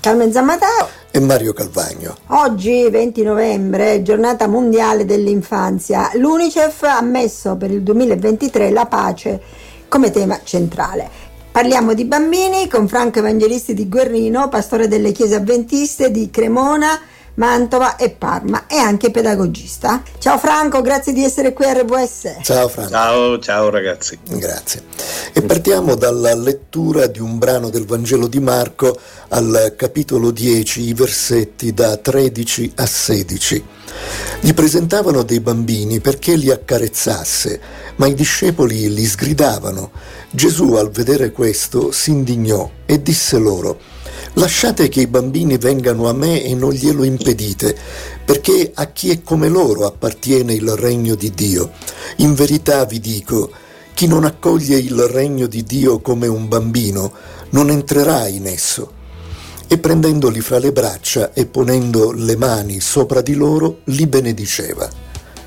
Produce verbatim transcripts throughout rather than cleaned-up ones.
Carmen Zammateo e Mario Calvagno. Oggi, venti novembre, giornata mondiale dell'infanzia. L'UNICEF ha messo per il duemilaventitré la pace come tema centrale. Parliamo di bambini con Franco Evangelisti di Guerrino, pastore delle chiese avventiste di Cremona, Mantova e Parma e anche pedagogista. Ciao Franco, grazie di essere qui a R V S. Ciao Franco. Ciao, ciao ragazzi. Grazie. E partiamo dalla lettura di un brano del Vangelo di Marco al capitolo dieci, i versetti da tredici a sedici. Gli presentavano dei bambini perché li accarezzasse, ma i discepoli li sgridavano. Gesù, al vedere questo, si indignò e disse loro: «Lasciate che i bambini vengano a me e non glielo impedite, perché a chi è come loro appartiene il regno di Dio. In verità vi dico, chi non accoglie il regno di Dio come un bambino non entrerà in esso». E prendendoli fra le braccia e ponendo le mani sopra di loro, li benediceva.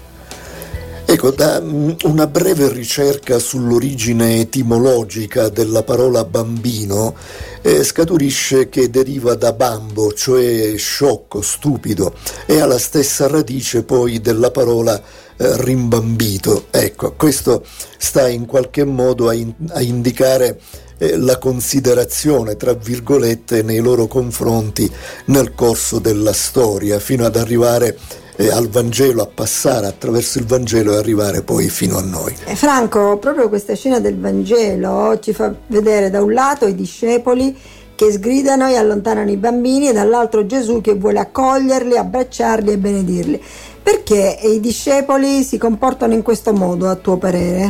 Ecco, da una breve ricerca sull'origine etimologica della parola bambino eh, scaturisce che deriva da bambo, cioè sciocco, stupido, e ha la stessa radice poi della parola eh, rimbambito. Ecco, questo sta in qualche modo a, in, a indicare eh, la considerazione, tra virgolette, nei loro confronti nel corso della storia, fino ad arrivare Eh, al Vangelo, a passare attraverso il Vangelo e arrivare poi fino a noi. Eh, Franco, proprio questa scena del Vangelo ci fa vedere da un lato i discepoli che sgridano e allontanano i bambini e dall'altro Gesù che vuole accoglierli, abbracciarli e benedirli. Perché i discepoli si comportano in questo modo, a tuo parere?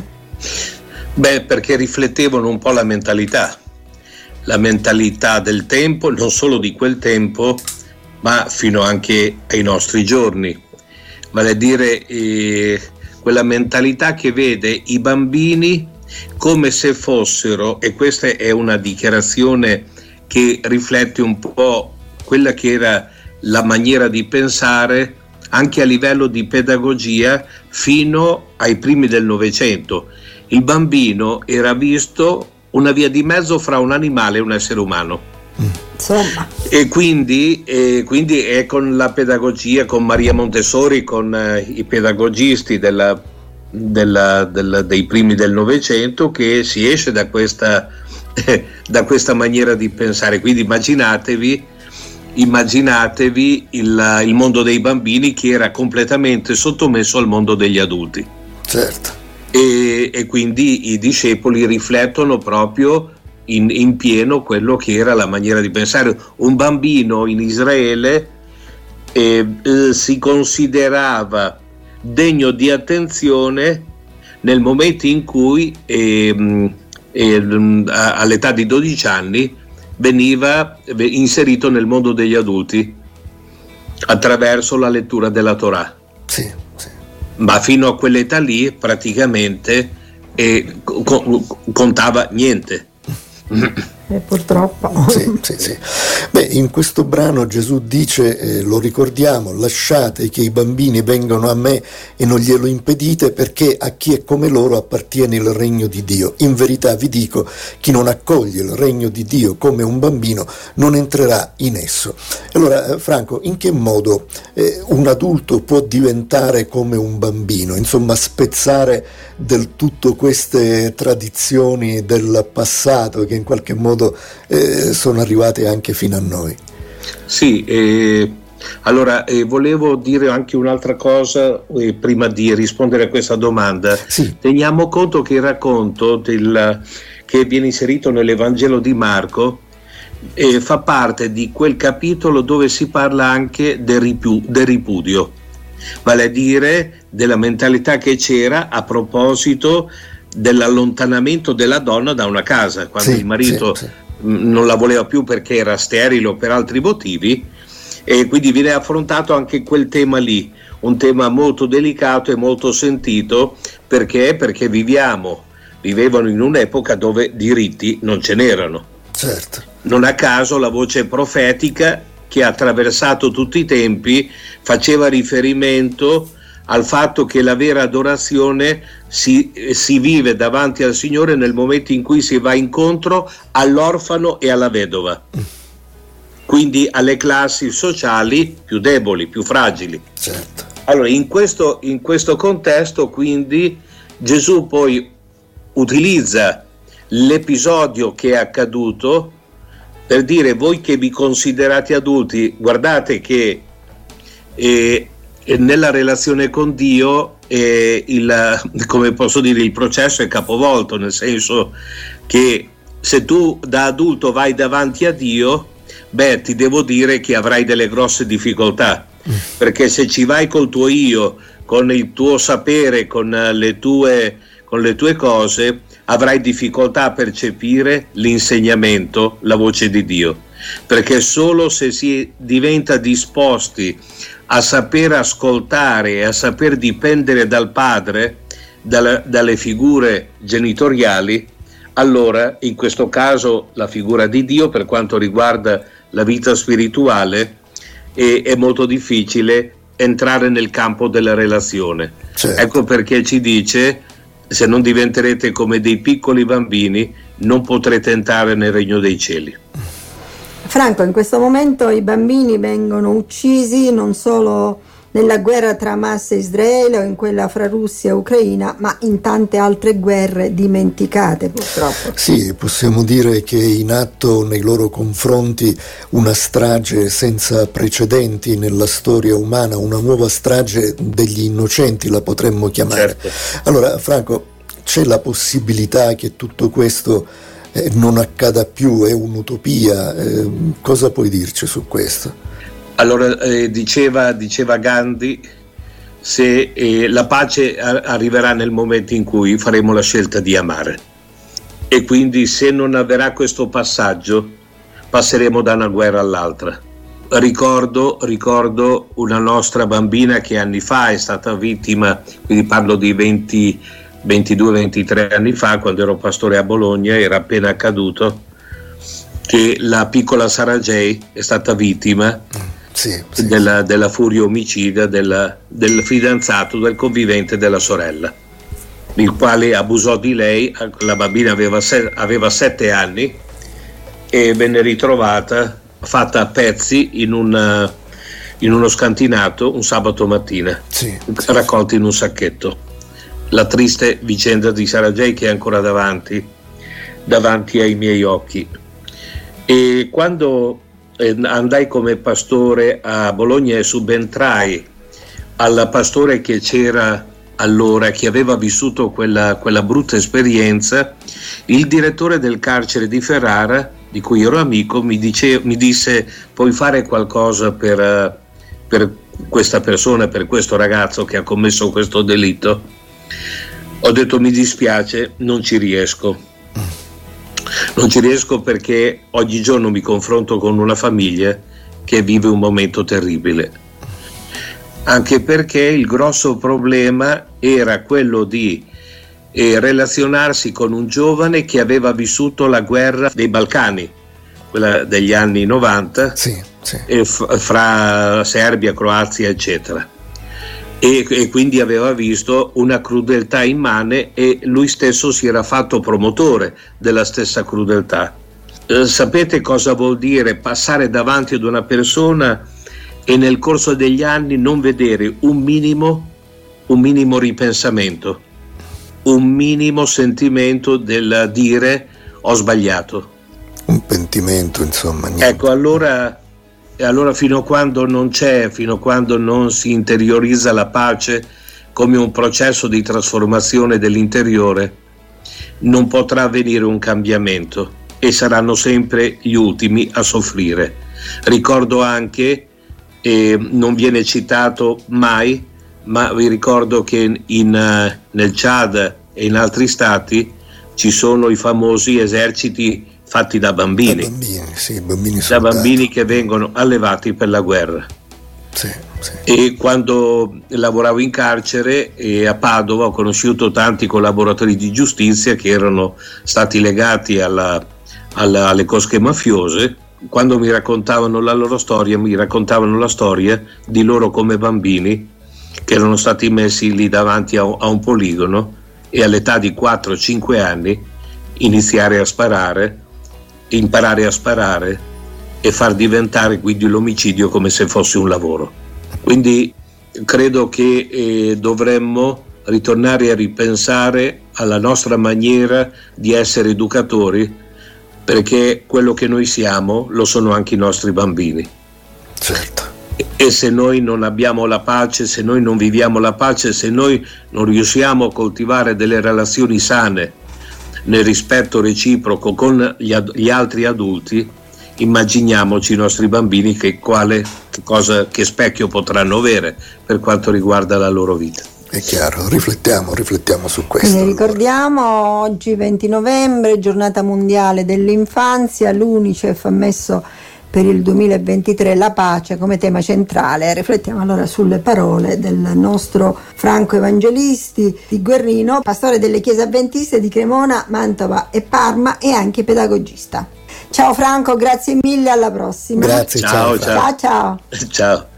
Beh, perché riflettevano un po' la mentalità, la mentalità del tempo, non solo di quel tempo, ma fino anche ai nostri giorni, vale a dire eh, quella mentalità che vede i bambini come se fossero, e questa è una dichiarazione che riflette un po' quella che era la maniera di pensare anche a livello di pedagogia fino ai primi del Novecento. Il bambino era visto una via di mezzo fra un animale e un essere umano. Insomma. E quindi, e quindi è con la pedagogia, con Maria Montessori, con eh, i pedagogisti della, della, della, dei primi del Novecento, che si esce da questa, eh, da questa maniera di pensare. Quindi immaginatevi, immaginatevi il, il mondo dei bambini che era completamente sottomesso al mondo degli adulti. Certo. E, e quindi i discepoli riflettono proprio In, in pieno quello che era la maniera di pensare. Un bambino in Israele eh, eh, si considerava degno di attenzione nel momento in cui eh, eh, all'età di dodici anni veniva inserito nel mondo degli adulti attraverso la lettura della Torah. Sì, sì. Ma fino a quell'età lì praticamente eh, co- contava niente. E purtroppo sì, sì, sì. Beh, in questo brano Gesù dice, eh, lo ricordiamo: lasciate che i bambini vengano a me e non glielo impedite, perché a chi è come loro appartiene il regno di Dio. In verità vi dico, chi non accoglie il regno di Dio come un bambino non entrerà in esso. Allora eh, Franco, in che modo eh, un adulto può diventare come un bambino, insomma spezzare del tutto queste tradizioni del passato che in qualche modo eh, sono arrivate anche fino a noi? Sì, eh, allora eh, volevo dire anche un'altra cosa eh, prima di rispondere a questa domanda. Sì. Teniamo conto che il racconto del, che viene inserito nell'Evangelo di Marco eh, fa parte di quel capitolo dove si parla anche del, ripu- del ripudio, vale a dire della mentalità che c'era a proposito dell'allontanamento della donna da una casa, quando sì, il marito sì, sì. non la voleva più perché era sterile o per altri motivi, e quindi viene affrontato anche quel tema lì, un tema molto delicato e molto sentito, perché perché viviamo vivevano in un'epoca dove diritti non ce n'erano. Certo. Non a caso la voce profetica che ha attraversato tutti i tempi faceva riferimento al fatto che la vera adorazione si, si vive davanti al Signore nel momento in cui si va incontro all'orfano e alla vedova. quindi alle classi sociali più deboli, più fragili. Certo. Allora, in questo, in questo contesto, quindi, Gesù poi utilizza l'episodio che è accaduto per dire: voi che vi considerate adulti, guardate che eh, nella relazione con Dio eh, il, come posso dire, il processo è capovolto, nel senso che se tu da adulto vai davanti a Dio, beh, ti devo dire che avrai delle grosse difficoltà, perché se ci vai col tuo io, con il tuo sapere, con le tue, con le tue cose, avrai difficoltà a percepire l'insegnamento, la voce di Dio, perché solo se si diventa disposti a saper ascoltare e a saper dipendere dal Padre, dalle, dalle figure genitoriali, allora in questo caso la figura di Dio per quanto riguarda la vita spirituale è, è molto difficile entrare nel campo della relazione. Certo. Ecco perché ci dice: se non diventerete come dei piccoli bambini, non potrete entrare nel regno dei cieli. Franco, in questo momento i bambini vengono uccisi non solo nella guerra tra Hamas e Israele o in quella fra Russia e Ucraina, ma in tante altre guerre dimenticate, purtroppo. Sì, possiamo dire che è in atto nei loro confronti una strage senza precedenti nella storia umana, una nuova strage degli innocenti, la potremmo chiamare. Certo. Allora, Franco, c'è la possibilità che tutto questo eh, non accada più? È un'utopia? Eh, cosa puoi dirci su questo? Allora, eh, diceva, diceva Gandhi, se eh, la pace a- arriverà nel momento in cui faremo la scelta di amare, e quindi se non avverrà questo passaggio passeremo da una guerra all'altra. Ricordo, ricordo una nostra bambina che anni fa è stata vittima, quindi parlo di venti, ventidue ventitré anni fa, quando ero pastore a Bologna, era appena accaduto che la piccola Sara J è stata vittima Sì, sì, della, della furia omicida della, del fidanzato, del convivente della sorella, il quale abusò di lei. La bambina aveva, se, aveva sette anni e venne ritrovata fatta a pezzi in, una, in uno scantinato un sabato mattina, sì, sì, raccolta in un sacchetto. La triste vicenda di Sara J che è ancora davanti, davanti ai miei occhi. E quando andai come pastore a Bologna e subentrai al pastore che c'era allora, che aveva vissuto quella, quella brutta esperienza, il direttore del carcere di Ferrara, di cui ero amico, mi, dice, mi disse: puoi fare qualcosa per, per questa persona, per questo ragazzo che ha commesso questo delitto? Ho detto: mi dispiace, non ci riesco. Non ci riesco perché oggigiorno mi confronto con una famiglia che vive un momento terribile, anche perché il grosso problema era quello di eh, relazionarsi con un giovane che aveva vissuto la guerra dei Balcani, quella degli anni novanta, sì, sì. E f- fra Serbia, Croazia, eccetera. E, e quindi aveva visto una crudeltà immane e lui stesso si era fatto promotore della stessa crudeltà. Eh, sapete cosa vuol dire passare davanti ad una persona e nel corso degli anni non vedere un minimo, un minimo ripensamento, un minimo sentimento del dire ho sbagliato, un pentimento, insomma, niente. Ecco, allora E allora fino a quando non c'è, fino a quando non si interiorizza la pace come un processo di trasformazione dell'interiore, non potrà avvenire un cambiamento e saranno sempre gli ultimi a soffrire. Ricordo anche, eh, non viene citato mai, ma vi ricordo che in, uh, nel Chad e in altri stati ci sono i famosi eserciti fatti da bambini, da bambini, sì, bambini da bambini che vengono allevati per la guerra. Sì, sì. E quando lavoravo in carcere e a Padova ho conosciuto tanti collaboratori di giustizia che erano stati legati alla, alla, alle cosche mafiose. Quando mi raccontavano la loro storia, mi raccontavano la storia di loro come bambini che erano stati messi lì davanti a, a un poligono e all'età di quattro cinque anni iniziare a sparare, imparare a sparare e far diventare quindi l'omicidio come se fosse un lavoro. Quindi credo che eh, dovremmo ritornare a ripensare alla nostra maniera di essere educatori, perché quello che noi siamo lo sono anche i nostri bambini. Certo. E se noi non abbiamo la pace, se noi non viviamo la pace, se noi non riusciamo a coltivare delle relazioni sane nel rispetto reciproco con gli, ad- gli altri adulti, immaginiamoci i nostri bambini che, quale, che, cosa, che specchio potranno avere per quanto riguarda la loro vita. È chiaro, riflettiamo, riflettiamo su questo. Quindi ricordiamo, oggi venti novembre, giornata mondiale dell'infanzia, l'Unicef ha messo per il duemilaventitré la pace come tema centrale. Riflettiamo allora sulle parole del nostro Franco Evangelisti di Guerrino, pastore delle chiese avventiste di Cremona, Mantova e Parma e anche pedagogista. Ciao Franco, grazie mille, alla prossima. Grazie, ciao. ciao. Ciao, ciao. ciao. Ciao.